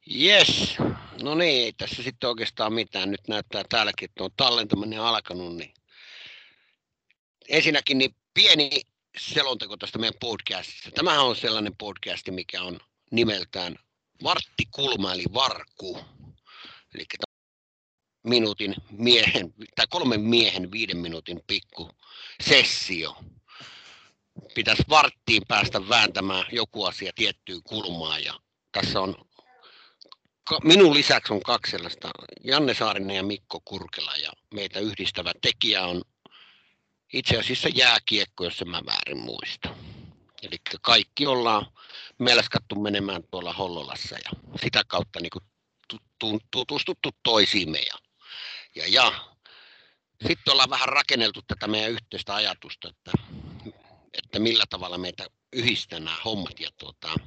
Jes, no niin, ei tässä sitten oikeastaan mitään. Nyt näyttää täälläkin, että on tallentaminen alkanut. Niin ensinnäkin niin pieni selonteko tästä meidän podcastista. Tämähän on sellainen podcast, mikä on nimeltään Varttikulma eli Varku. Eli minuutin miehen, tai 3 miehen 5 minuutin pikku sessio. Pitäisi varttiin päästä vääntämään joku asia tiettyyn kulmaan. Ja tässä on minun lisäksi on 2 sellaista, Janne Saarinen ja Mikko Kurkela, ja meitä yhdistävä tekijä on itse asiassa jääkiekko, jos en mä väärin muista. Eli kaikki ollaan melskattu menemään tuolla Hollolassa ja sitä kautta niin tutustuttu toisiimme. Ja sitten ollaan vähän rakenneltu tätä meidän yhteistä ajatusta, että millä tavalla meitä yhdistää nämä hommat. Ja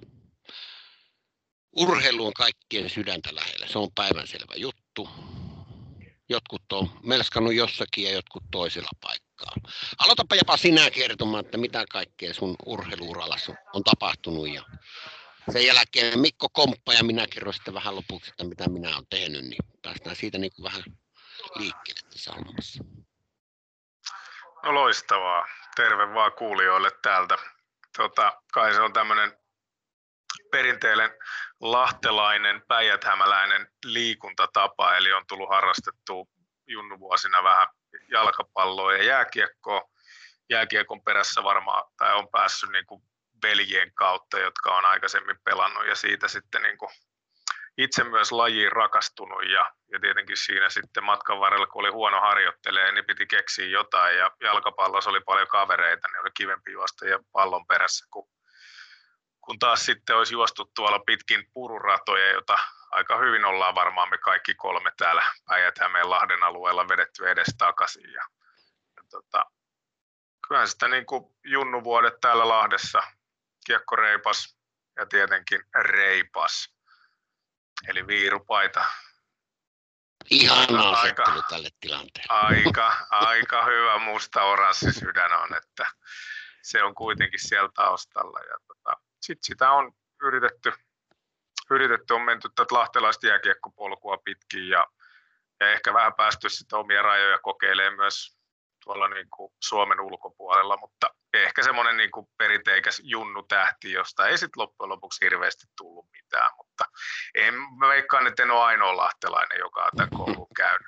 urheilu on kaikkien sydäntä lähellä, se on päivänselvä juttu. Jotkut on melskannut jossakin ja jotkut toisella paikkaa. Aloitapa jopa sinä kertomaan, että mitä kaikkea sun urheiluuralla on tapahtunut. Ja sen jälkeen Mikko komppa ja minä kerron sitten vähän lopuksi, että mitä minä olen tehnyt, niin päästään siitä niin kuin vähän liikkeelle tässä hommassa. No loistavaa. Terve vaan kuulijoille täältä. Kai se on tämmöinen perinteinen lahtelainen, päijäthämäläinen liikuntatapa, eli on tullut harrastettua junnuvuosina vähän jalkapalloa ja jääkiekkoa. Jääkiekon perässä varmaan, tai on päässyt niin kuin veljien kautta, jotka on aikaisemmin pelannut, ja siitä sitten niin kuin itse myös lajiin rakastunut, ja tietenkin siinä sitten matkan varrella, kun oli huono harjoittelee, niin piti keksiä jotain, ja jalkapallossa oli paljon kavereita, niin oli kivempi juosta ja pallon perässä, kun taas sitten olisi juostu tuolla pitkin pururatoja, jota aika hyvin ollaan varmaan me kaikki 3 täällä Päijät-Hämeen Lahden alueella vedetty edes takaisin. Ja kyllähän sitä niin kuin junnuvuodet täällä Lahdessa, kiekkoreipas ja tietenkin reipas, eli viirupaita. Ihana asettelu tälle tilanteelle. Aika hyvä musta oranssi sydän on, että se on kuitenkin siellä taustalla. Ja sitten sitä on yritetty, on menty tätä lahtelaista jääkiekkopolkua pitkin ja ehkä vähän päästy sitten omia rajoja kokeilemaan myös tuolla niin kuin Suomen ulkopuolella, mutta ehkä semmoinen niin kuin perinteikäs junnutähti, josta ei sitten loppujen lopuksi hirveästi tullut mitään, mutta mä veikkaan, että en ole ainoa lahtelainen, joka on tämän koulun käynyt.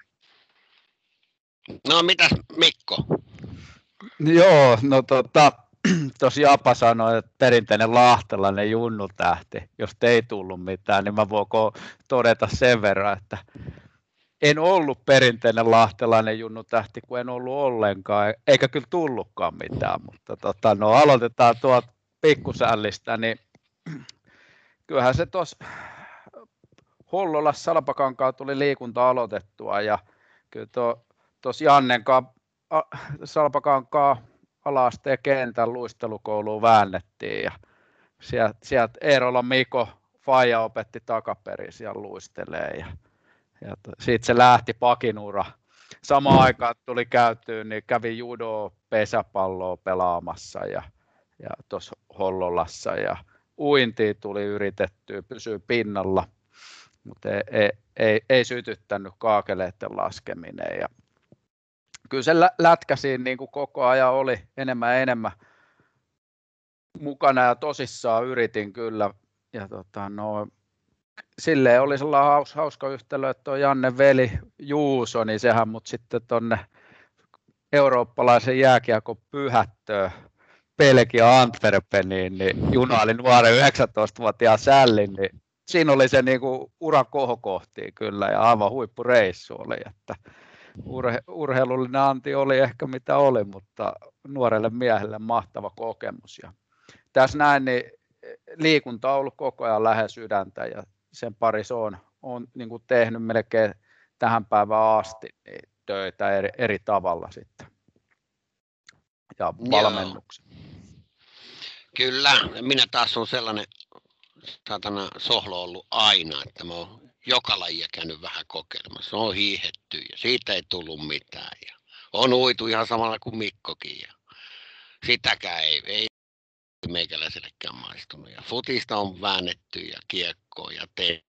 No mitäs Mikko? Joo, no tuossa Japa sanoi, että perinteinen lahtelainen junnutähti, jos ei tullut mitään, niin mä voin todeta sen verran, että en ollut perinteinen lahtelainen junnutähti, kun en ollut ollenkaan, eikä kyllä tullutkaan mitään, mutta aloitetaan tuolta pikkusällistä, niin kyllähän se tuossa Hollolassa Salpakankaan tuli liikunta aloitettua, ja kyllä tuossa Jannen Salpakankaan ala-asteen kentän luistelukouluun väännettiin, ja sieltä Eerolan Miko faija opetti takaperin siellä luistelee, ja siitä se lähti pakinura. Samaan aikaan tuli käytyä, niin kävi judoa, pesäpalloa pelaamassa ja tuossa Hollolassa, ja uintia tuli yritettyä pysyä pinnalla, mutta ei sytyttänyt kaakeleiden laskeminen. Ja kyllä se lätkä siinä niin kuin koko ajan oli enemmän mukana ja tosissaan yritin kyllä. Ja silleen oli sellainen hauska yhtälö, että tuo Janne veli Juuso, niin sehän mut sitten tuonne eurooppalaisen jääkiekon pyhättöön Belgia Antwerpeniin, niin junaili nuoren 19-vuotiaan sällin, niin siinä oli se niinku uran kohokohtia kyllä ja aivan huippureissu oli, että urheilullinen anti oli ehkä mitä oli, mutta nuorelle miehelle mahtava kokemus. Ja tässä näin, niin liikunta on ollut koko ajan lähellä sydäntä ja sen parissa on niin kuin tehnyt melkein tähän päivään asti niin töitä eri tavalla sitten ja valmennuksen. Kyllä, minä taas on sellainen saatana sohlo ollut aina, että mä oon joka lajia käynyt vähän kokeilemassa. On hiihetty ja siitä ei tullut mitään ja on uitu ihan samalla kuin Mikkokin ja sitäkään ei meikäläisellekään maistunut. Ja futista on väännetty ja kiekkoa ja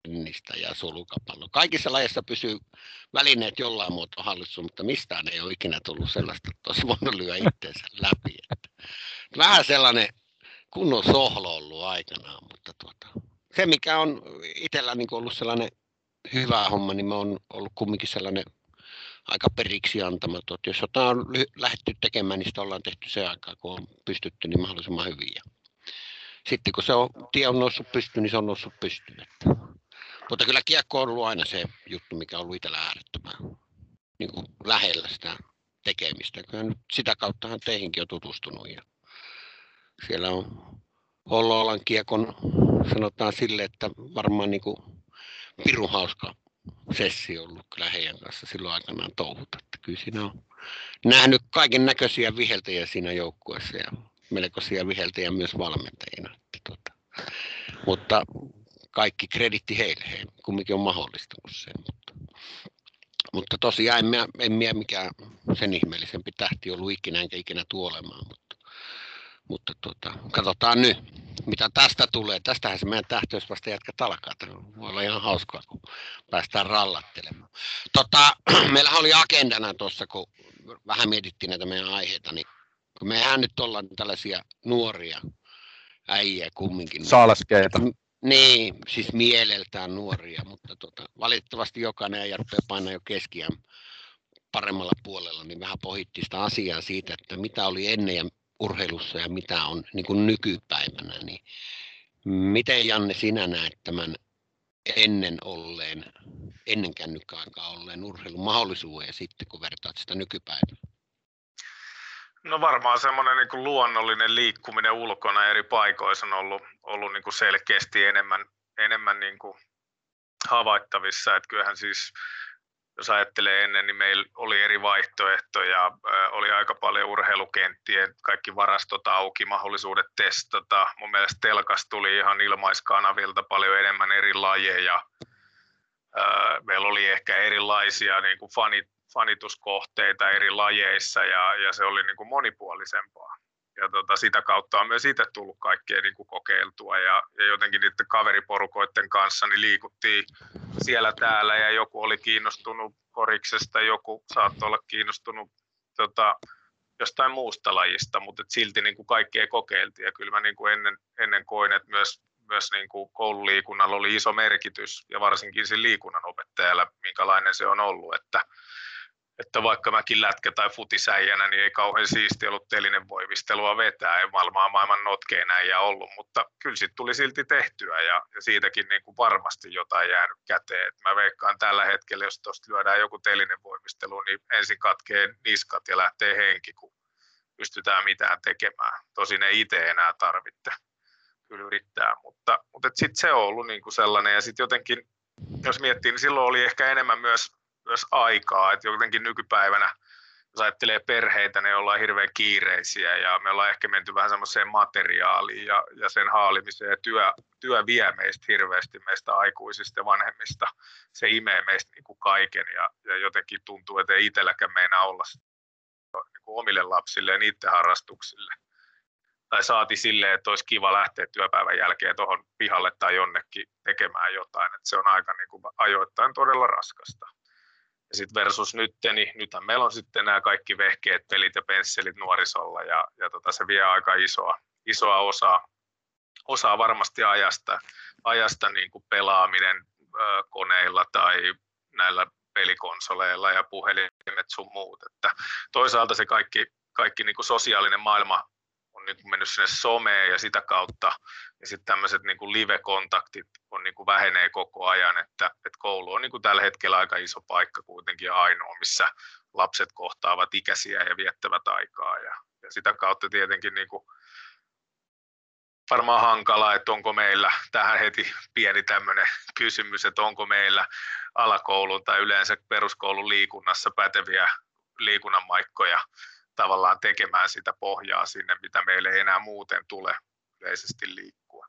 tennistä ja sulkapallo. Kaikissa lajeissa pysyy välineet jollain muotoa hallussa, mutta mistään ei ole ikinä tullut sellaista, että olisi voinut lyödä itseensä läpi. Vähän sellainen kunnon sohlo ollut aikanaan, mutta se mikä on itsellä niin ollut sellainen hyvä homma, niin mä oon ollut kumminkin sellainen aika periksi antamaton. Jos jotain on lähdetty tekemään, niin sitä ollaan tehty se aikaa, kun on pystytty, niin mahdollisimman hyvin. Ja sitten kun tie on noussut pystyyn, niin se on noussut pystyyn. Mutta kyllä kiekko on ollut aina se juttu, mikä on ollut itsellä äärettömän niin kuin lähellä sitä tekemistä. Kyllä nyt sitä kauttahan teihinkin on tutustunut. Ja siellä on Hollolan kiekon, sanotaan sille, että varmaan niin kuin pirun hauska sessio ollut kyllä heidän kanssa silloin aikanaan touhuta. Että kyllä siinä on nähnyt kaiken näköisiä viheltäjiä siinä joukkueessa ja melkoisia viheltäjiä myös valmentajina. Mutta kaikki kreditti heille, he kumminkin on mahdollistanut sen. Mutta tosiaan en minä mikään sen ihmeellisempi tähti ollut ikinä enkä ikinä tuolemaan. Mutta katsotaan nyt, mitä tästä tulee. Tästähän se meidän tähtöys vasta jatkat alkaa. Voi olla ihan hauskaa, kun päästään rallattelemaan. Meillähän oli agendana tuossa, kun vähän mietittiin näitä meidän aiheita, niin kun mehän nyt ollaan tällaisia nuoria äijä kumminkin. Salskeita. Niin, siis mieleltään nuoria, mutta valitettavasti jokainen äijä rupeaa painaa jo keskiään paremmalla puolella, niin vähän pohittiin sitä asiaa siitä, että mitä oli ennen ja urheilussa ja mitä on niin kuin nykypäivänä. Niin miten Janne sinä näet tämän ennen kännykkäaikaa olleen urheilun mahdollisuuden ja sitten kun vertaat sitä nykypäivänä? No varmaan semmoinen niin kuin luonnollinen liikkuminen ulkona eri paikoissa on ollut niin kuin selkeästi enemmän niin kuin havaittavissa. Että kyllähän siis, jos ajattelee ennen, niin meillä oli eri vaihtoehtoja, oli aika paljon urheilukenttiä, kaikki varastot auki, mahdollisuudet testata. Mun mielestä telkas tuli ihan ilmaiskanavilta paljon enemmän eri lajeja. Meillä oli ehkä erilaisia niin kuin fanituskohteita eri lajeissa ja se oli niin kuin monipuolisempaa. Ja sitä kautta on myös itse tullut kaikkea niin kuin kokeiltua ja jotenkin niiden kaveriporukoiden kanssa niin liikuttiin siellä täällä ja joku oli kiinnostunut koriksesta, joku saattoi olla kiinnostunut jostain muusta lajista, mutta silti niin kuin kaikkea kokeiltiin ja kyllä mä niin kuin ennen koin, että myös niin kuin koululiikunnalla oli iso merkitys ja varsinkin siinä liikunnan opettajalla, minkälainen se on ollut, että vaikka mäkin lätkä- tai futisäijänä, niin ei kauhean siisti ollut telinevoimistelua vetää, ei maailman notkein äijä ollut, mutta kyllä sit tuli silti tehtyä ja siitäkin niin kuin varmasti jotain jäänyt käteen. Et mä veikkaan tällä hetkellä, jos tuosta lyödään joku telinevoimistelu, niin ensin katkee niskat ja lähtee henki, kun pystytään mitään tekemään. Tosin ei itse enää tarvitse kyllä yrittää, mutta sitten se on ollut niin kuin sellainen ja sitten jotenkin, jos miettii, niin silloin oli ehkä enemmän myös aikaa, että jotenkin nykypäivänä, jos ajattelee perheitä, ne ollaan hirveän kiireisiä ja me ollaan ehkä menty vähän semmoiseen materiaaliin ja sen haalimiseen ja työ vie meistä hirveästi, meistä aikuisista ja vanhemmista. Se imee meistä niin kuin kaiken ja jotenkin tuntuu, että ei itselläkään meinaa olla niin kuin omille lapsille ja niiden harrastuksille. Tai saati silleen, että olisi kiva lähteä työpäivän jälkeen tuohon pihalle tai jonnekin tekemään jotain. Että se on aika niin kuin ajoittain todella raskasta. Ja sitten versus nythän meillä on sitten nämä kaikki vehkeet, pelit ja pensselit nuorisolla ja se vie aika isoa osaa varmasti ajasta niin kuin pelaaminen koneilla tai näillä pelikonsoleilla ja puhelimet sun muut. Että toisaalta se kaikki niin kuin sosiaalinen maailma on niin kuin mennyt sinne someen ja sitä kautta ja sitten tämmöiset niin kuin live-kontaktit on niin kuin vähenee koko ajan, että koulu on niin kuin tällä hetkellä aika iso paikka kuitenkin ainoa, missä lapset kohtaavat ikäisiä ja viettävät aikaa ja sitä kautta tietenkin niin kuin varmaan hankalaa, että onko meillä tähän heti pieni tämmöinen kysymys, että onko meillä alakoulun tai yleensä peruskoulun liikunnassa päteviä liikunnanmaikkoja tavallaan tekemään sitä pohjaa sinne, mitä meille ei enää muuten tule yleisesti liikkua.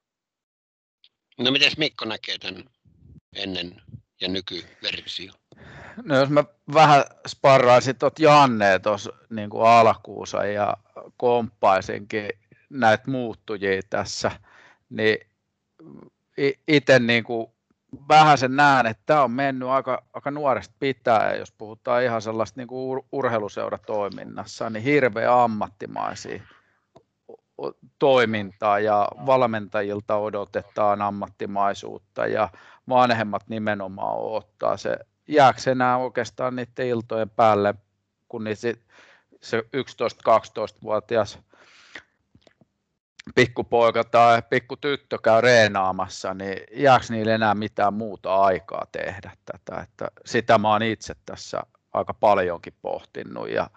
No miten Mikko näkee tämän ennen ja nykyversio? No jos mä vähän sparraisin Jannea tuossa niin kuin alkuunsa ja komppaisinkin näitä muuttujia tässä, niin itse niin kuin vähän sen näen, että tämä on mennyt aika nuoresta pitäen, jos puhutaan ihan sellaista niin kuin urheiluseuratoiminnassa, niin hirveän ammattimaisia toimintaa ja valmentajilta odotetaan ammattimaisuutta ja vanhemmat nimenomaan ottaa se. Jääkö se enää oikeastaan niiden iltojen päälle, kun se 11-12-vuotias pikkupoika tai pikkutyttö käy reenaamassa, niin jääkö niille enää mitään muuta aikaa tehdä tätä? Että sitä mä oon itse tässä aika paljonkin pohtinut ja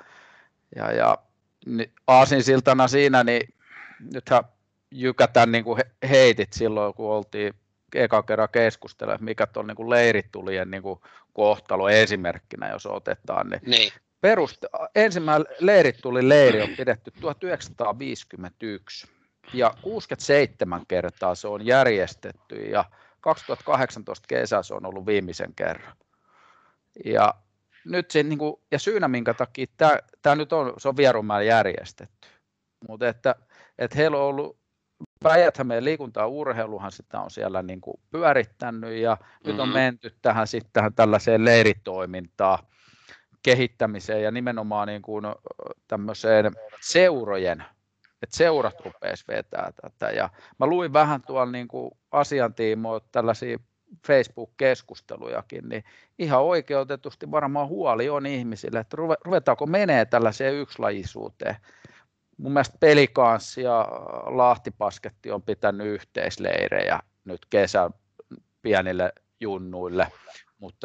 aasinsiltana siinä, niin nythän Jykätän niin kuin heitit silloin, kun oltiin eka kerran keskustelemaan, mikä tuolla niin kuin leiritulien niin kuin kohtalo esimerkkinä, jos otetaan. Niin ensimmäinen leiritulin leiri on pidetty 1951 ja 67 kertaa se on järjestetty ja 2018 kesässä on ollut viimeisen kerran. Ja nyt se, niin kuin, ja syynä minkä takia tämä nyt se on Vierumäellä järjestetty, mutta että heillä on ollut Päijät-Hämeen liikunta- ja urheiluhan sitä on siellä niin kuin pyörittänyt ja nyt on menty tähän tällaiseen leiritoimintaan, kehittämiseen ja nimenomaan niin kuin tämmöiseen seurojen, että seurat rupeaisi vetää tätä. Ja mä luin vähän tuolla niin kuin asiantiimoilta tällaisia Facebook-keskustelujakin, niin ihan oikeutetusti varmaan huoli on ihmisille, että ruvetaanko menee tällaiseen yksilajisuuteen. Mun mielestä Pelikanssi ja Lahtipasketti on pitänyt yhteisleirejä nyt kesän pienille junnuille, mutta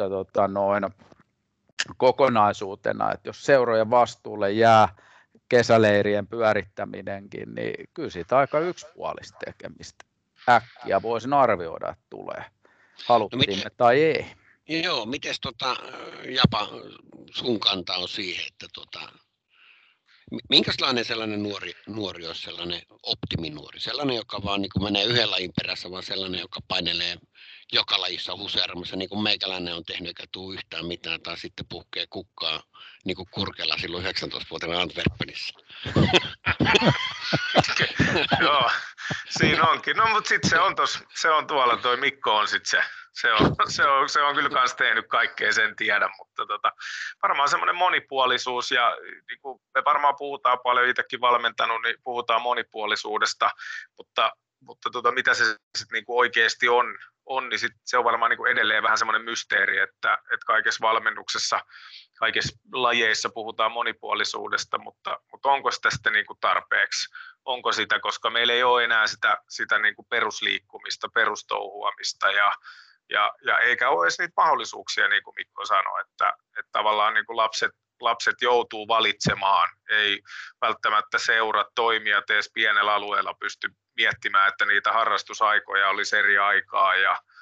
kokonaisuutena, että jos seurojen vastuulle jää kesäleirien pyörittäminenkin, niin kyllä siitä aika yksipuolista tekemistä äkkiä voisin arvioida, että tulee, haluttiin me tai ei. Joo, mites Japa, sun kanta on siihen, että minkälainen sellainen nuori olisi sellainen optiminuori? Sellainen, joka vaan niin kuin menee yhden lajin perässä, vaan sellainen, joka painelee joka lajissa huseeramassa, niin kuin meikäläinen on tehnyt, eikä tule yhtään mitään, tai sitten puhkee kukkaa niin kuin Kurkela silloin 19-vuotiaana Antwerpenissä. Joo, siinä onkin. No, mutta sitten se on tuolla, toi Mikko on sitten se on kyllä kans tehnyt kaikkea, sen tiedä, mutta varmaan semmoinen monipuolisuus ja niin kuin me varmaan puhutaan paljon, itsekin valmentanut, niin puhutaan monipuolisuudesta, mutta mitä se sitten niin kuin oikeasti on, niin sit se on varmaan niin kuin edelleen vähän semmoinen mysteeri, että kaikessa valmennuksessa, kaikissa lajeissa puhutaan monipuolisuudesta, mutta onko sitä sitten niin kuin tarpeeksi? Onko sitä, koska meillä ei ole enää sitä niin kuin perusliikkumista, perustouhuamista ja eikä ole edes niitä mahdollisuuksia, niin kuin Mikko sanoi, että tavallaan niin kuin lapset joutuu valitsemaan, ei välttämättä seurat, toimijat edes pienellä alueella pysty miettimään, että niitä harrastusaikoja olisi eri aikaa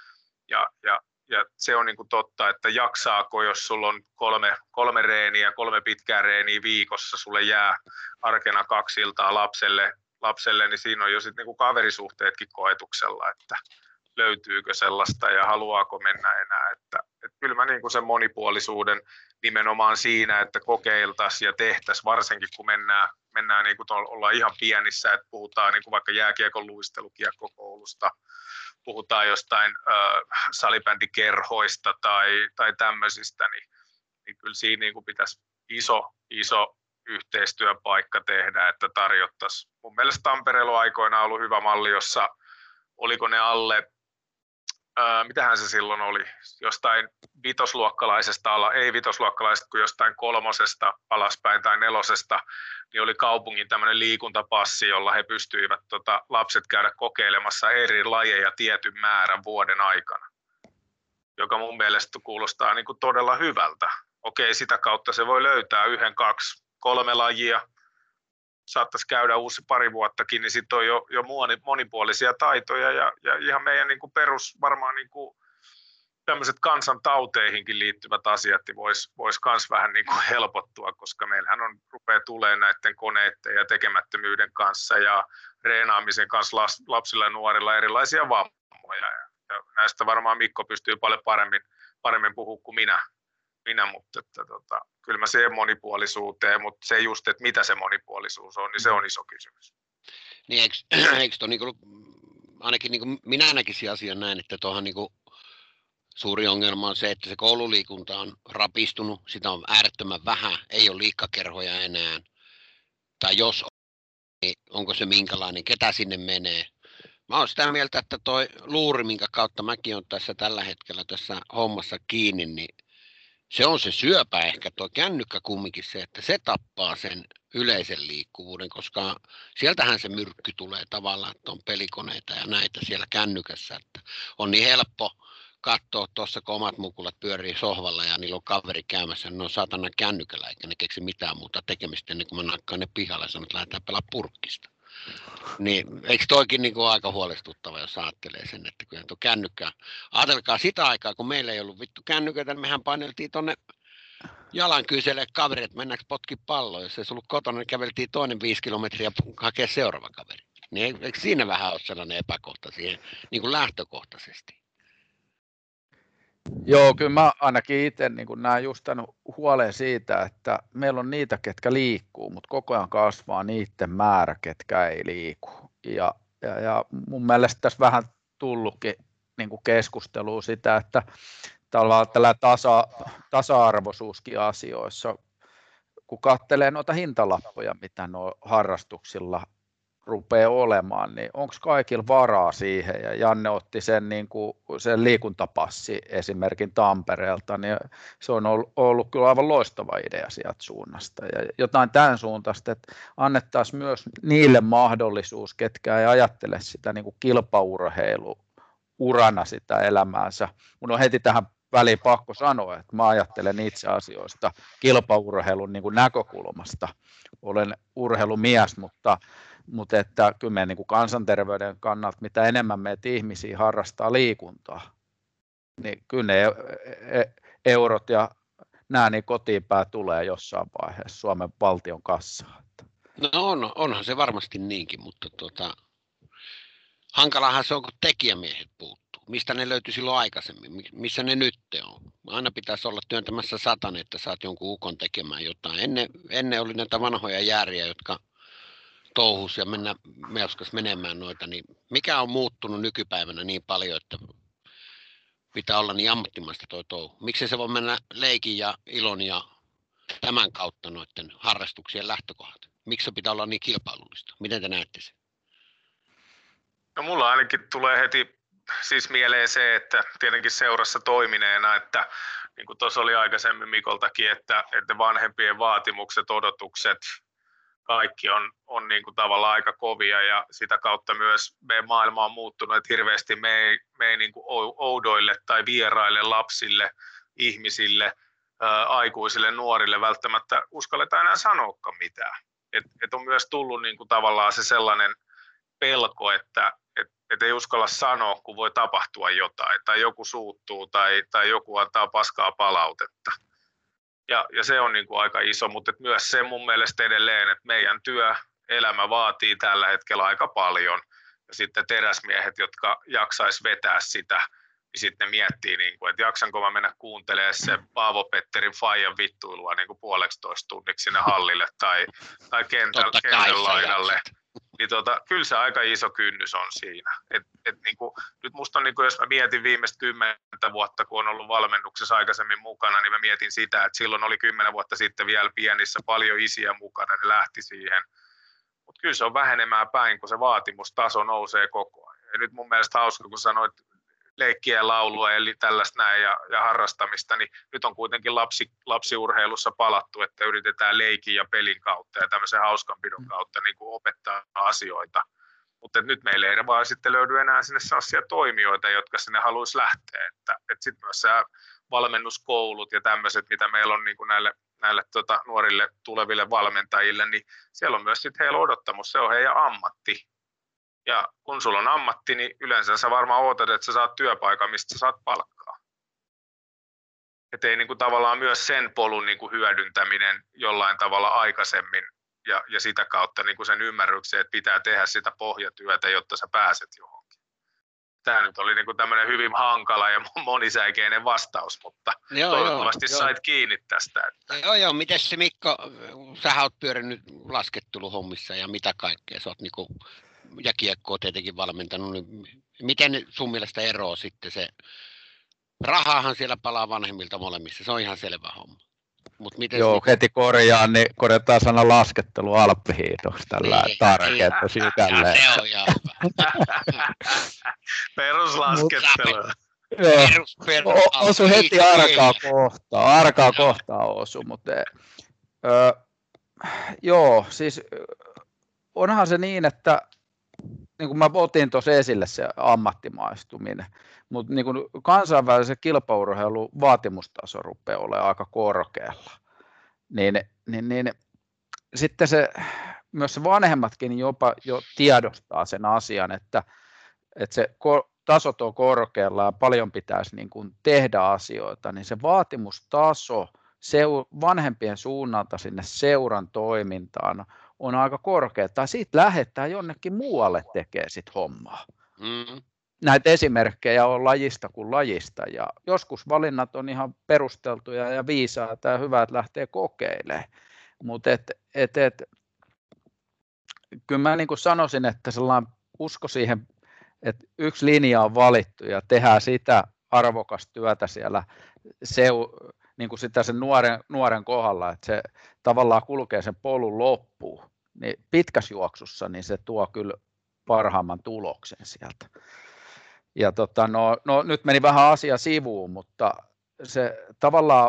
ja se on niin kuin totta, että jaksaako, jos sulla on kolme reeniä, 3 pitkää reeniä viikossa, sulle jää arkena 2 iltaa lapselle, niin siinä on jo sitten niin kuin kaverisuhteetkin koetuksella, että löytyykö sellaista ja haluaako mennä enää. Että kyllä mä niin kuin sen monipuolisuuden nimenomaan siinä, että kokeiltaisiin ja tehtäisiin, varsinkin kun mennään niin kuin ollaan ihan pienissä, että puhutaan niin kuin vaikka jääkiekon luistelukiekkokoulusta, puhutaan jostain salibändikerhoista tai tämmöisistä, niin kyllä siinä niin kuin pitäisi iso yhteistyöpaikka tehdä, että tarjottaisiin. Mun mielestä Tampereella on aikoinaan ollut hyvä malli, jossa oliko ne alle, mitähän se silloin oli, jostain ei vitosluokkalaisesta, kun jostain 3 alaspäin tai 4, niin oli kaupungin tämmöinen liikuntapassi, jolla he pystyivät lapset käydä kokeilemassa eri lajeja tietyn määrän vuoden aikana, joka mun mielestä kuulostaa niin kuin todella hyvältä. Okei, sitä kautta se voi löytää 1, 2, 3 lajia, saattaisi käydä uusi pari vuottakin, niin sitten on jo monipuolisia taitoja ja ihan meidän niin kuin perus varmaan niin kuin tämmöiset kansantauteihinkin liittyvät asiat niin vois kans vähän niin kuin helpottua, koska meillähän rupeaa tulemaan näiden koneiden ja tekemättömyyden kanssa ja reenaamisen kanssa lapsilla ja nuorilla erilaisia vammoja. Ja näistä varmaan Mikko pystyy paljon paremmin puhumaan kuin minä, mutta kyllä mä siihen monipuolisuuteen, mutta se just, että mitä se monipuolisuus on, niin se on iso kysymys. Niin eikö tuo, niin kuin, ainakin niin kuin minä näkisin asian näin, että tuohon niin kuin Suuri ongelma on se, että se koululiikunta on rapistunut, sitä on äärettömän vähän, ei ole liikkakerhoja enää. Tai jos on, niin onko se minkälainen, ketä sinne menee. Mä oon sitä mieltä, että toi luuri, minkä kautta mäkin on tässä tällä hetkellä tässä hommassa kiinni, niin se on se syöpä ehkä, tuo kännykkä kumminkin se, että se tappaa sen yleisen liikkuvuuden, koska sieltähän se myrkky tulee tavallaan, että on pelikoneita ja näitä siellä kännykässä, että on niin helppo katsoa tuossa, kun omat mukulat pyörii sohvalla ja niillä on kaveri käymässä, niin ne on saatana kännykällä, eikä ne keksi mitään muuta tekemistä ennen kuin mä nakkaan ne pihalle ja sanon, että lähdetään pelaa purkkista. Niin, eikö toikin niin kuin aika huolestuttava, jos ajattelee sen, että kyllä tuo kännykkä, ajatelkaa sitä aikaa, kun meillä ei ollut vittu kännyköitä, niin mehän paineltiin tuonne jalan kyselee kaveri, että mennäänkö potki palloa, jos ei ollut kotona, niin käveltiin toinen 5 kilometriä hakea seuraava kaveri. Niin eikö siinä vähän ole sellainen epäkohta siihen niin kuin lähtökohtaisesti? Joo, kyllä mä ainakin itse niin näen just tämän huolen siitä, että meillä on niitä, ketkä liikkuu, mutta koko ajan kasvaa niiden määrä, ketkä ei liiku. Ja mun mielestä tässä vähän tullutkin niin kuin keskustelua sitä, että tällä tasa-arvoisuuskin asioissa, kun katselee noita hintalappuja, mitä nuo harrastuksilla rupeaa olemaan, niin onko kaikilla varaa siihen? Ja Janne otti sen, niin kuin, sen liikuntapassi esimerkin Tampereelta, niin se on ollut kyllä aivan loistava idea sieltä suunnasta. Ja jotain tämän suuntaista, että annettaisiin myös niille mahdollisuus, ketkä ei ajattele sitä niin kuin kilpaurheiluurana sitä elämäänsä. Mun on heti tähän väliin pakko sanoa, että mä ajattelen itse asioista kilpaurheilun niin kuin näkökulmasta. Olen urheilumies, mutta että kyllä meidän niin kuin kansanterveyden kannalta, mitä enemmän meitä ihmisiä harrastaa liikuntaa, niin kyllä ne eurot ja nämä niin kotiinpäin tulee jossain vaiheessa Suomen valtion kassaan. No onhan se varmasti niinkin, mutta hankalahan se on, kun tekijämiehet puuttuu. Mistä ne löytyi silloin aikaisemmin? Missä ne nyt on? Aina pitäisi olla työntämässä satanen, että saat jonkun ukon tekemään jotain. Ennen oli näitä vanhoja jääriä, jotka touhus ja meuskas menemään noita, niin mikä on muuttunut nykypäivänä niin paljon, että pitää olla niin ammattimaista toi touhu? Miksi se voi mennä leikin ja ilon ja tämän kautta noiden harrastuksien lähtökohdat? Miksi se pitää olla niin kilpailullista? Miten te näette sen? No mulla ainakin tulee heti siis mieleen se, että tietenkin seurassa toimineena, että niin kuin tuossa oli aikaisemmin Mikoltakin, että vanhempien vaatimukset, odotukset, kaikki on niin kuin tavallaan aika kovia ja sitä kautta myös meidän maailma on muuttunut, että hirveästi me ei niin kuin oudoille tai vieraille lapsille, ihmisille, aikuisille, nuorille välttämättä uskalleta enää sanoakaan mitään. Et on myös tullut niin kuin tavallaan se sellainen pelko, että ei uskalla sanoa, kun voi tapahtua jotain, tai joku suuttuu, tai joku antaa paskaa palautetta. Ja se on niin kuin aika iso, mutta myös se mun mielestä edelleen, että meidän työelämä vaatii tällä hetkellä aika paljon. Ja sitten teräsmiehet, jotka jaksais vetää sitä, niin sitten miettii, niin kuin, että jaksanko mä mennä kuuntelemaan se Paavo Petterin faijan vittuilua niin kuin 1,5 tunniksi sinne hallille tai kentän laidalle. Niin kyllä se aika iso kynnys on siinä. Niin kuin, nyt musta on, niin kuin, jos mä mietin viimeistä 10 vuotta, kun on ollut valmennuksessa aikaisemmin mukana, niin mä mietin sitä, että silloin oli 10 vuotta sitten vielä pienissä paljon isiä mukana, ne lähti siihen. Mutta kyllä se on vähenemään päin, kun se vaatimustaso nousee koko ajan. Ja nyt mun mielestä hauska, kun sanoit leikkiä ja laulua eli tällaista näin ja harrastamista, niin nyt on kuitenkin lapsiurheilussa palattu, että yritetään leikin ja pelin kautta ja tämmöisen hauskanpidon kautta niin kuin opettaa asioita. Mutta nyt meillä ei vaan sitten löydy enää sinne sellaisia toimijoita, jotka sinne haluaisi lähteä. Että sitten myös valmennuskoulut ja tämmöiset, mitä meillä on niin kuin näille nuorille tuleville valmentajille, niin siellä on myös sitten heillä odottamus, se on heidän ammatti. Ja kun sulla on ammatti, niin yleensä sä varmaan ootat, että sä saat työpaikan, mistä sä saat palkkaa. Että ei niin kuin tavallaan myös sen polun niin kuin hyödyntäminen jollain tavalla aikaisemmin ja sitä kautta niin kuin sen ymmärryksen, että pitää tehdä sitä pohjatyötä, jotta sä pääset johonkin. Tämä nyt oli niin kuin tämmöinen hyvin hankala ja monisäikeinen vastaus, mutta toivottavasti sait kiinni tästä. Että. Joo. Mites se Mikko, sä oot pyörinyt lasketteluhommissa ja mitä kaikkea, sä oot niin kuin ja kiekkoa tietenkin valmentanut, niin miten sun mielestä eroaa sitten se Rahaahan siellä palaa vanhemmilta molemmissa, se on ihan selvä homma. Mut miten Joo, niinku... heti korjaan, niin korjataan sana laskettelu alppihiihdoksi tällä tarketta sydälleen. Se on ihan hyvä. Peruslaskettelua. Osu heti arkaa kohtaa osu, mutta joo, siis onhan se niin, että niin kuin mä otin tuossa esille se ammattimaistuminen, mutta niin kuin kansainvälisen kilpaurheilun vaatimustaso rupeaa olemaan aika korkealla, niin sitten myös se vanhemmatkin jopa jo tiedostaa sen asian, että se tasot on korkealla ja paljon pitäisi niin kuin tehdä asioita, niin se vaatimustaso vanhempien suunnalta sinne seuran toimintaan on aika korkea, tai siitä lähdetään jonnekin muualle tekemään sit hommaa. Näitä esimerkkejä on lajista kuin lajista, ja joskus valinnat on ihan perusteltuja ja viisaita ja hyvä, että lähtee kokeilemaan, mutta kyllä mä niin kuin sanoisin, että sellainen usko siihen, että yksi linja on valittu ja tehdään sitä arvokasta työtä siellä niin kuin sitä sen nuoren kohdalla, että se tavallaan kulkee sen polun loppuun, niin pitkässä juoksussa niin se tuo kyllä parhaimman tuloksen sieltä. Ja no nyt meni vähän asia sivuun, mutta se tavallaan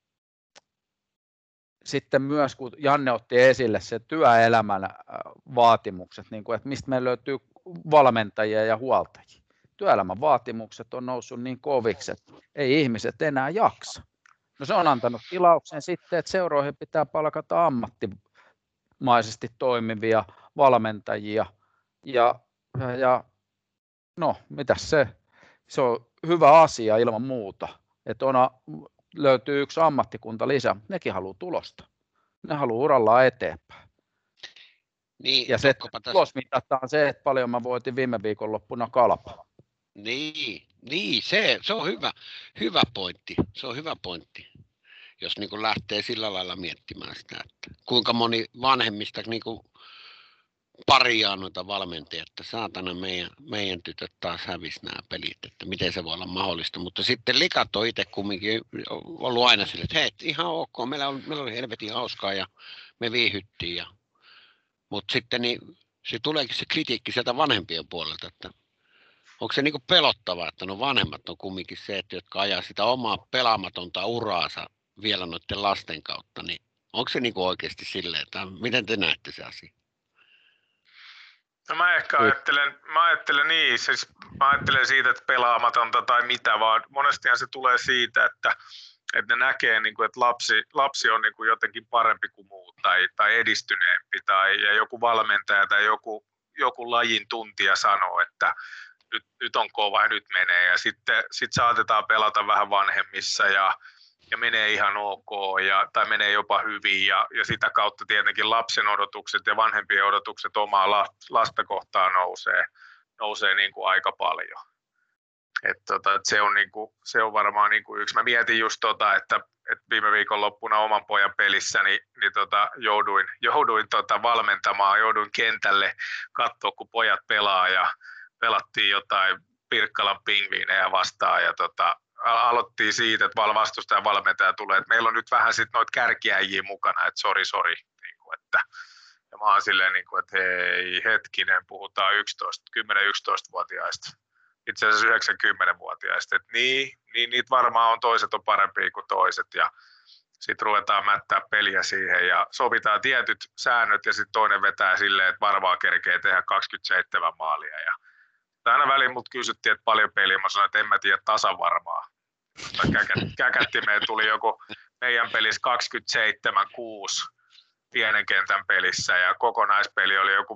sitten myös, kun Janne otti esille se työelämän vaatimukset, niin kuin, että mistä meillä löytyy valmentajia ja huoltajia. Työelämän vaatimukset on noussut niin koviksi, että ei ihmiset enää jaksa. No se on antanut tilauksen sitten, että seuroihin pitää palkata ammattimaisesti toimivia valmentajia. Ja no, mitäs se on hyvä asia ilman muuta, että löytyy yksi ammattikunta lisää, nekin haluaa tulosta. Ne haluaa urallaan eteenpäin. Niin, ja se tulos mitataan se, että paljon mä voitin viime viikonloppuna kalpaa. Niin, se on hyvä pointti. Se on hyvä pointti, jos niin kuin lähtee sillä lailla miettimään sitä, että kuinka moni vanhemmista niin kuin pariaa noita valmentajia, että saatana meidän tytöt taas hävisi nämä pelit, että miten se voi olla mahdollista. Mutta sitten likat on itse kumminkin ollut aina sille, että hei, ihan ok, meillä oli helvetin hauskaa ja me viihyttiin. Mutta sitten niin, se tuleekin se kritiikki sieltä vanhempien puolelta, että onko se niinku pelottavaa, että no vanhemmat on kumminkin se, että jotka ajaa sitä omaa pelaamatonta uraansa vielä noiden lasten kautta, niin onko se niinku oikeasti silleen, että miten te näette se asia? No mä ajattelen niin, siis mä ajattelen siitä, että pelaamatonta tai mitä, vaan monestihan se tulee siitä, että ne näkee, niin kuin, että lapsi on niin kuin jotenkin parempi kuin muut tai edistyneempi ja joku valmentaja tai joku lajin tuntija sanoo, että nyt on kova ja nyt menee ja sitten saatetaan pelata vähän vanhemmissa ja menee ihan ok tai menee jopa hyvin ja sitä kautta tietenkin lapsen odotukset ja vanhempien odotukset omaa lasta kohtaan nousee niin kuin aika paljon. Että se on varmaan niin kuin yksi. Mä mietin just että viime viikonloppuna oman pojan pelissä niin jouduin valmentamaan, jouduin kentälle katsoa, kun pojat pelaa ja pelattiin jotain Pirkkalan pingviinejä vastaan ja aloittiin siitä, että vastustajan valmentaja tulee, että meillä on nyt vähän sitten noita kärkiäjiä mukana, että sori, niin kuin, että ja mä oon silleen, niin kuin, että hei hetkinen, puhutaan 10-11-vuotiaista. Itse asiassa 90-vuotiaista, että niin niitä varmaan toiset on parempia kuin toiset ja sitten ruvetaan mättää peliä siihen ja sovitaan tietyt säännöt ja sitten toinen vetää silleen, että varmaan kerkee tehdä 27 maalia ja aina väliin mut kysyttiin, että paljon peliä, mä sanoin, että en mä tiedä tasan varmaa. Käkättimeen tuli joku meidän pelissä 27-6 pienen kentän pelissä ja kokonaispeli oli joku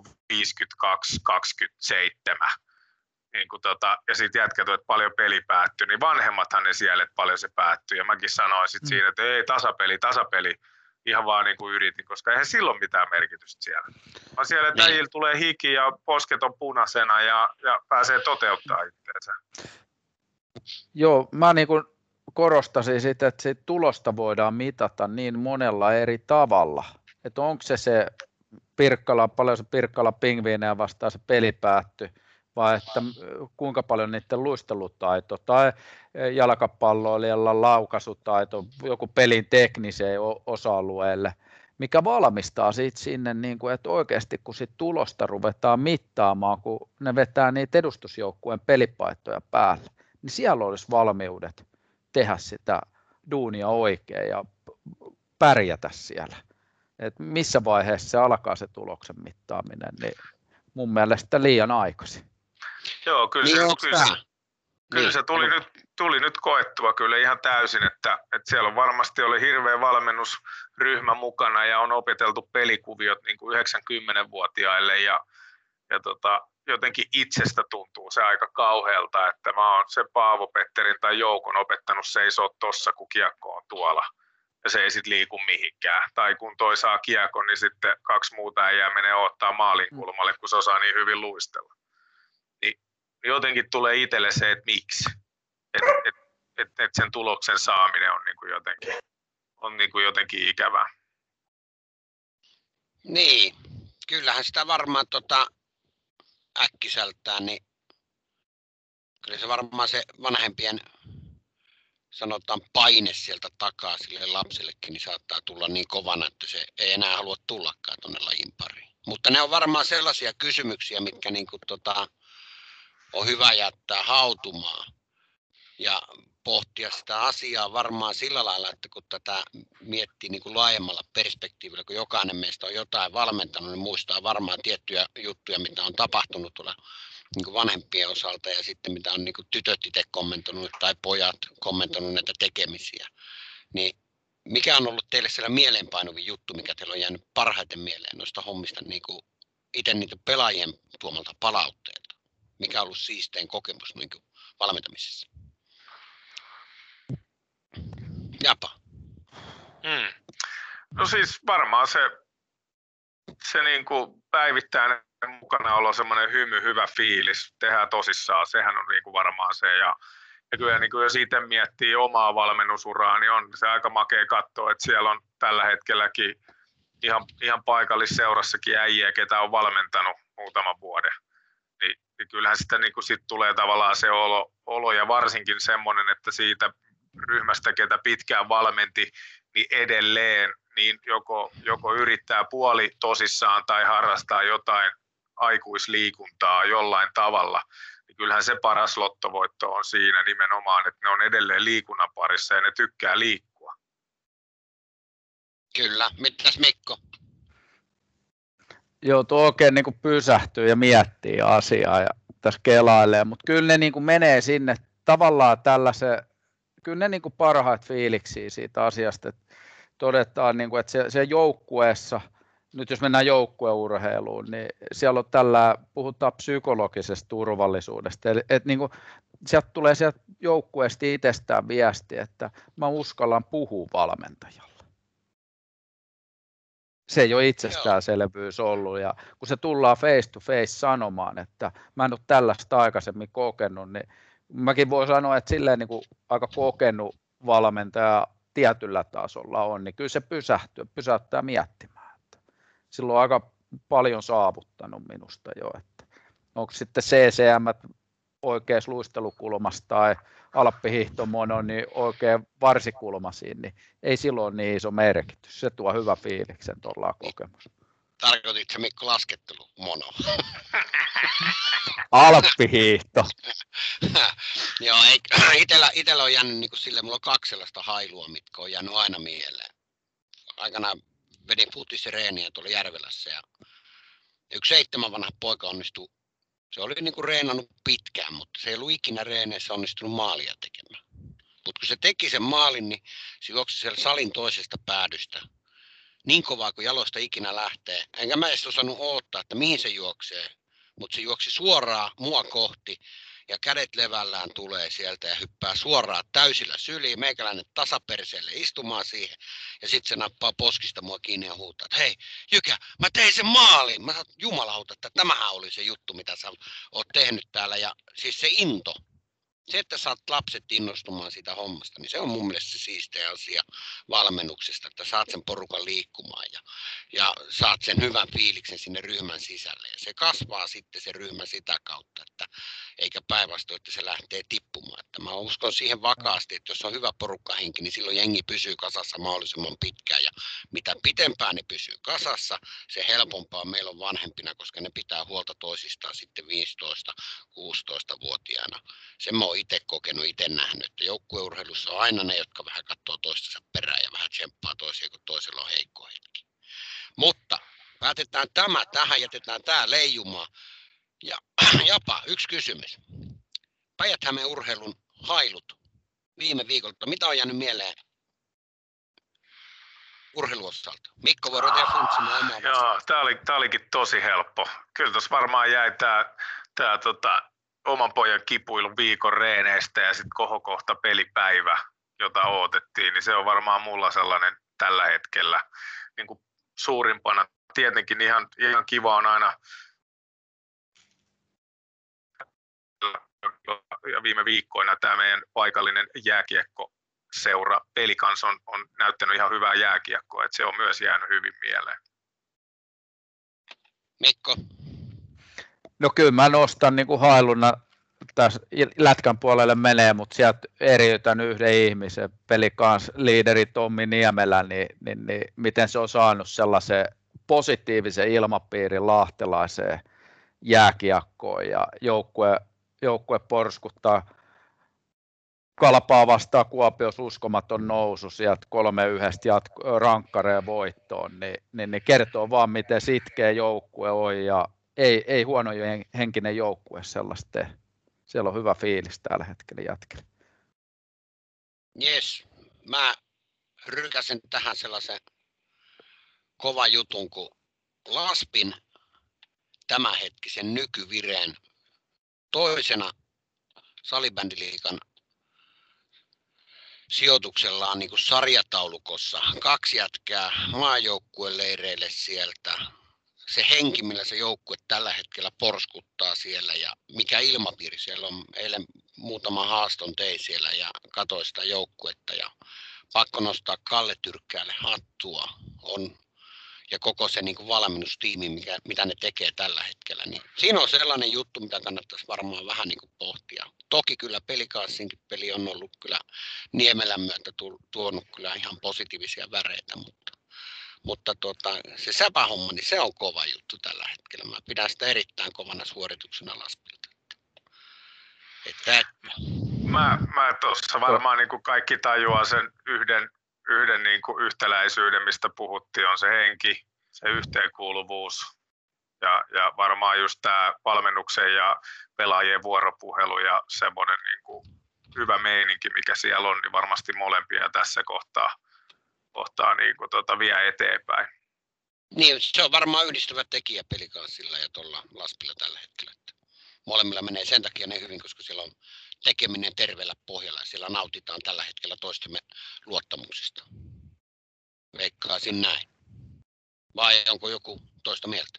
52-27. Niin ja sitten jätkät, että paljon peli päättyi, niin vanhemmathan ne siellä, että paljon se päättyi. Ja mäkin sanoin sitten siinä, että ei tasapeli, ihan vaan niin kuin yritin, koska eihän silloin mitään merkitystä siellä. Vaan siellä, että äijillä tulee hiki ja posket on punaisena ja pääsee toteuttaa itseensä. Joo, mä niin kuin korostaisin sitä, että siitä tulosta voidaan mitata niin monella eri tavalla. Että onko se Pirkkala pingviinejä vastaan se peli päättyi, vai että kuinka paljon niiden luistelutaito tai jalkapalloilijalla laukaisutaito, joku pelin tekniseen osa-alueelle, mikä valmistaa siitä sinne, niin kuin, että oikeasti kun sit tulosta ruvetaan mittaamaan, kun ne vetää niitä edustusjoukkueen pelipaitoja päälle, niin siellä olisi valmiudet tehdä sitä duunia oikein ja pärjätä siellä. Et missä vaiheessa se alkaa se tuloksen mittaaminen, niin mun mielestä liian aikaisin. Joo, kyllä se tuli nyt koettua kyllä ihan täysin, että siellä varmasti oli hirveä valmennusryhmä mukana ja on opeteltu pelikuviot niin kuin 90-vuotiaille ja jotenkin itsestä tuntuu se aika kauhealta, että mä oon se Paavo Petterin tai Joukon opettanut seisoo tossa, kun kiekko on tuolla ja se ei sit liiku mihinkään. Tai kun toi saa kiekon, niin sitten 2 muuta äijää menee odottaa maalin kulmalle, kun se osaa niin hyvin luistella. Niin jotenkin tulee itselle se, että miksi. Että sen tuloksen saaminen on niin kuin jotenkin ikävää. Niin, kyllähän sitä varmaan äkkiseltään, niin kyllä se varmaan se vanhempien sanotaan paine sieltä takaa sille lapsellekin, niin saattaa tulla niin kovana, että se ei enää halua tullakaan tuonne lajin pariin. Mutta ne on varmaan sellaisia kysymyksiä, mitkä niin kuin, on hyvä jättää hautumaan ja pohtia sitä asiaa varmaan sillä lailla, että kun tätä miettii niin kuin laajemmalla perspektiivillä, kun jokainen meistä on jotain valmentanut, niin muistaa varmaan tiettyjä juttuja, mitä on tapahtunut tuolla niin kuin vanhempien osalta ja sitten mitä on niin kuin tytöt itse kommentoinut tai pojat kommentoinut näitä tekemisiä. Niin mikä on ollut teille siellä mieleenpainuvin juttu, mikä teillä on jäänyt parhaiten mieleen noista hommista niin kuin itse niitä pelaajien tuomalta palautteelta? Mikä on ollut siistein kokemus niin kuin valmentamisessa? Japa. No siis varmaan se niin kuin päivittäinen mukanaolo, semmoinen hyvä fiilis, tehdään tosissaan, sehän on niin kuin varmaan se. Ja kyllä niin kuin jos itse miettii omaa valmennusuraa, niin on se aika makea katsoa, että siellä on tällä hetkelläkin ihan paikallisseurassakin äijä, ketä on valmentanut muutaman vuoden. Niin kyllähän sitä niin kuin sit tulee tavallaan se olo ja varsinkin semmoinen, että siitä ryhmästä, ketä pitkään valmenti, niin edelleen niin joko yrittää puoli tosissaan tai harrastaa jotain aikuisliikuntaa jollain tavalla, niin kyllähän se paras lottovoitto on siinä nimenomaan, että ne on edelleen liikunnan parissa ja ne tykkää liikkua. Kyllä. Mitäs Mikko? Joutuu oikein niin kuin pysähtyä ja miettiä asiaa ja tässä kelailee, mutta kyllä ne niin kuin menee sinne tavallaan tällaisen, kyllä ne niin kuin parhaat fiiliksiä siitä asiasta, että todetaan, niin kuin, että se joukkueessa, nyt jos mennään joukkueurheiluun, niin siellä on puhutaan psykologisesta turvallisuudesta, eli että niin kuin, sieltä tulee sieltä joukkueesta itsestään viesti, että mä uskallan puhua valmentajalle. Se ei ole itsestäänselvyys ollut, ja kun se tullaan face to face sanomaan, että mä en ole tällaista aikaisemmin kokenut, niin mäkin voin sanoa, että silleen niin kuin aika kokenut valmentaja tietyllä tasolla on, niin kyllä se pysäyttää miettimään. Että silloin on aika paljon saavuttanut minusta jo, että onko sitten CCM oikeassa luistelukulmassa tai alppihiihtomono niin oikein varsikulmaisiin, niin ei silloin niin iso merkitys. Se tuo hyvä fiiliksen tuolla kokemus. Tarkoititko Mikko laskettelumono? Alppihiihto. Joo, itsellä on jäänyt niin kuin sille, mulla on 2 sellaista hailua, mitkä on jäänyt aina mieleen. Aikanaan vedin futisreeniä tuolla Järvelässä ja yksi 7 vanha poika onnistui. Se oli niin kuin reenannut pitkään, mutta se ei ollut ikinä reeneissä onnistunut maalia tekemään. Mutta kun se teki sen maalin, niin se juoksi siellä salin toisesta päädystä. Niin kovaa kuin jaloista ikinä lähtee. Enkä mä edes osannut odottaa, että mihin se juoksee. Mutta se juoksi suoraan mua kohti ja kädet levällään tulee sieltä ja hyppää suoraan täysillä syliin. Meikäläinen tasaperseelle istumaan siihen ja sitten se nappaa poskista mua kiinni ja huutaa, että hei Jykä, mä tein sen maalin. Mä sanoin, jumalauta, että tämähän oli se juttu, mitä sä oot tehnyt täällä. Ja siis se into, Se, että saat lapset innostumaan siitä hommasta, niin se on mun mielestä se siisteä asia valmennuksesta, että saat sen porukan liikkumaan ja saat sen hyvän fiiliksen sinne ryhmän sisälle. Ja se kasvaa sitten se ryhmä sitä kautta, että eikä päinvastoin, että se lähtee tippumaan. Että mä uskon siihen vakaasti, että jos on hyvä porukkahenki, niin silloin jengi pysyy kasassa mahdollisimman pitkään. Ja mitä pitempään ne pysyy kasassa, se helpompaa meillä on vanhempina, koska ne pitää huolta toisistaan sitten 15-16-vuotiaana. Sen mä oon itse kokenut, itse nähnyt, että joukkueurheilussa on aina ne, jotka vähän katsoo toistensa perään ja vähän tsemppaa toisia, kun toisella on heikko hetki. Mutta päätetään tämä tähän, jätetään tämä leijumaan. Ja Japa, yksi kysymys. Päijät-Hämeen urheilun hailut viime viikolta. Mitä on jäänyt mieleen urheiluosalta? Mikko voi ruveta funtsimaan omaa vastaan. Joo, tää olikin tosi helppo. Kyllä tuossa varmaan jäi tää oman pojan kipuilu viikon reeneistä ja sitten kohokohta pelipäivä, jota odotettiin, niin se on varmaan mulla sellainen tällä hetkellä niin kuin suurimpana. Tietenkin ihan kiva on aina, ja viime viikkoina tämä meidän paikallinen jääkiekkoseura Pelikans on näyttänyt ihan hyvää jääkiekkoa, että se on myös jäänyt hyvin mieleen. Mikko? No kyllä mä nostan niin kuin hailuna, tässä lätkän puolelle menee, mutta sieltä eriytän yhden ihmisen, Pelikans liideri Tommi Niemelä, niin miten se on saanut sellaisen positiivisen ilmapiirin lahtelaiseen jääkiekkoon ja joukkue porskuttaa Kalpaa vastaan Kuopiossa uskomaton nousu sieltä 3-1 rankkareen voittoon, niin kertoo vaan miten sitkeä joukkue on ja ei huono henkinen joukkue sellaista tee. Siellä on hyvä fiilis tällä hetkellä jätkellä. Jes, mä rykäsen tähän sellaisen kova jutun, kun Laspin tämänhetkisen nykyvireen toisena salibändiliigan sijoituksellaan niin kuin sarjataulukossa 2 jätkää maajoukkueleireille sieltä. Se henki, millä se joukkue tällä hetkellä porskuttaa siellä ja mikä ilmapiiri siellä on. Eilen muutama haaston tein siellä ja katsoin sitä joukkuetta ja pakko nostaa Kalle Tyrkkäälle hattua on ja koko se niin kuin valmennustiimi, mitä ne tekee tällä hetkellä. Niin siinä on sellainen juttu, mitä kannattaisi varmaan vähän niin kuin pohtia. Toki kyllä Pelikansinkin peli on ollut kyllä Niemelän myötä tuonut kyllä ihan positiivisia väreitä, mutta se säpähomma, niin se on kova juttu tällä hetkellä. Mä pidän sitä erittäin kovana suorituksena Laspilta. Mä tuossa varmaan niin kuin kaikki tajuaa sen yhden niin kuin yhtäläisyyden, mistä puhuttiin, on se henki, se yhteenkuuluvuus ja varmaan just tämä valmennuksen ja pelaajien vuoropuhelu ja semmoinen niin kuin hyvä meininki, mikä siellä on, niin varmasti molempia tässä kohtaa niin kuin vie eteenpäin. Niin, se on varmaan yhdistävä tekijä Pelikansilla ja tuolla Laspilla tällä hetkellä. Molemmilla menee sen takia ne hyvin, koska siellä on tekeminen terveellä pohjalla ja siellä nautitaan tällä hetkellä toistemme luottamuksesta. Veikkaisin näin. Vai onko joku toista mieltä?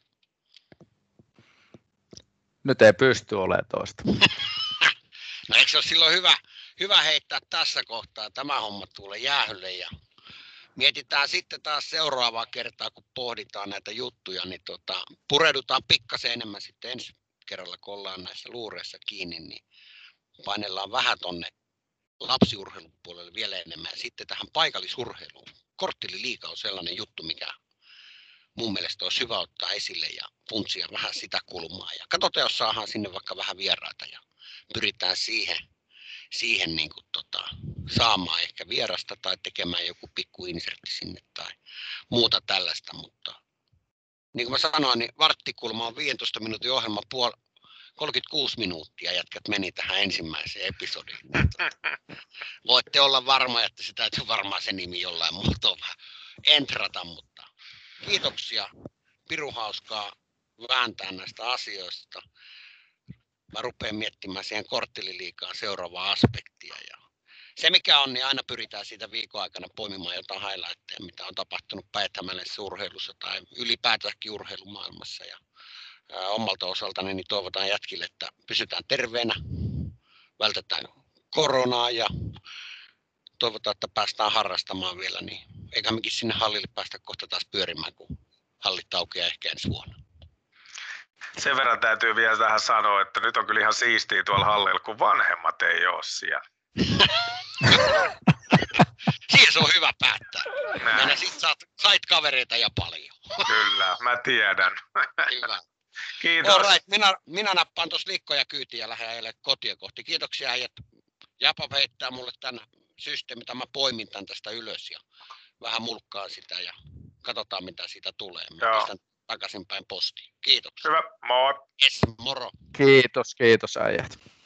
Nyt ei pysty olemaan toista. No eikö se ole silloin hyvä heittää tässä kohtaa tämä homma tuolle jäähylle ja mietitään sitten taas seuraavaa kertaa, kun pohditaan näitä juttuja, niin pureudutaan pikkasen enemmän sitten ensi kerralla, kun ollaan näissä luureissa kiinni, niin painellaan vähän tonne lapsiurheilun puolelle vielä enemmän ja sitten tähän paikallisurheiluun. Kortteliliiga on sellainen juttu, mikä mun mielestä olisi hyvä ottaa esille ja funtsia vähän sitä kulmaa. Ja katsotaan, jos saadaan sinne vaikka vähän vieraita ja pyritään siihen niin kuin saamaan ehkä vierasta tai tekemään joku pikku insertti sinne tai muuta tällaista. Mutta niin kuin mä sanoin, niin varttikulma on 15 minuutin ohjelma 36 minuuttia jätkät meni tähän ensimmäiseen episodiin. Voitte olla varmoja, että se täytyy varmaan se nimi jollain muotoa vähän entrata, mutta kiitoksia. Pirun hauskaa vääntää näistä asioista. Mä rupean miettimään siihen kortteliliigaan seuraavaa aspektia. Ja se mikä on, niin aina pyritään siitä viikon aikana poimimaan jotain highlightteja, mitä on tapahtunut Päijät-Hämäläisessä urheilussa tai ylipäätäänkin urheilumaailmassa. Ja omalta osaltani niin toivotaan jätkille, että pysytään terveenä, vältetään koronaa ja toivotaan, että päästään harrastamaan vielä, niin eikä mekin sinne hallille päästä kohta taas pyörimään, kun hallit aukeaa ehkä ensi vuonna. Sen verran täytyy vielä tähän sanoa, että nyt on kyllä ihan siistiä tuolla hallilla, kun vanhemmat ei ole siellä. Siihen se on hyvä päättää. Ja sit sait kavereita ja paljon. Kyllä, mä tiedän. Hyvä. Kiitos. All right, minä nappaan tuossa likkoja kyytiin ja lähden ajelemaan kotia kohti. Kiitoksia äijät. Japa heittää mulle tämän systeemin, mä poimin tämän tästä ylös ja vähän mulkkaan sitä ja katsotaan mitä siitä tulee. Mä pistän takaisinpäin postiin. Kiitoksia. Hyvä, moi. Yes, moro. Kiitos äijät.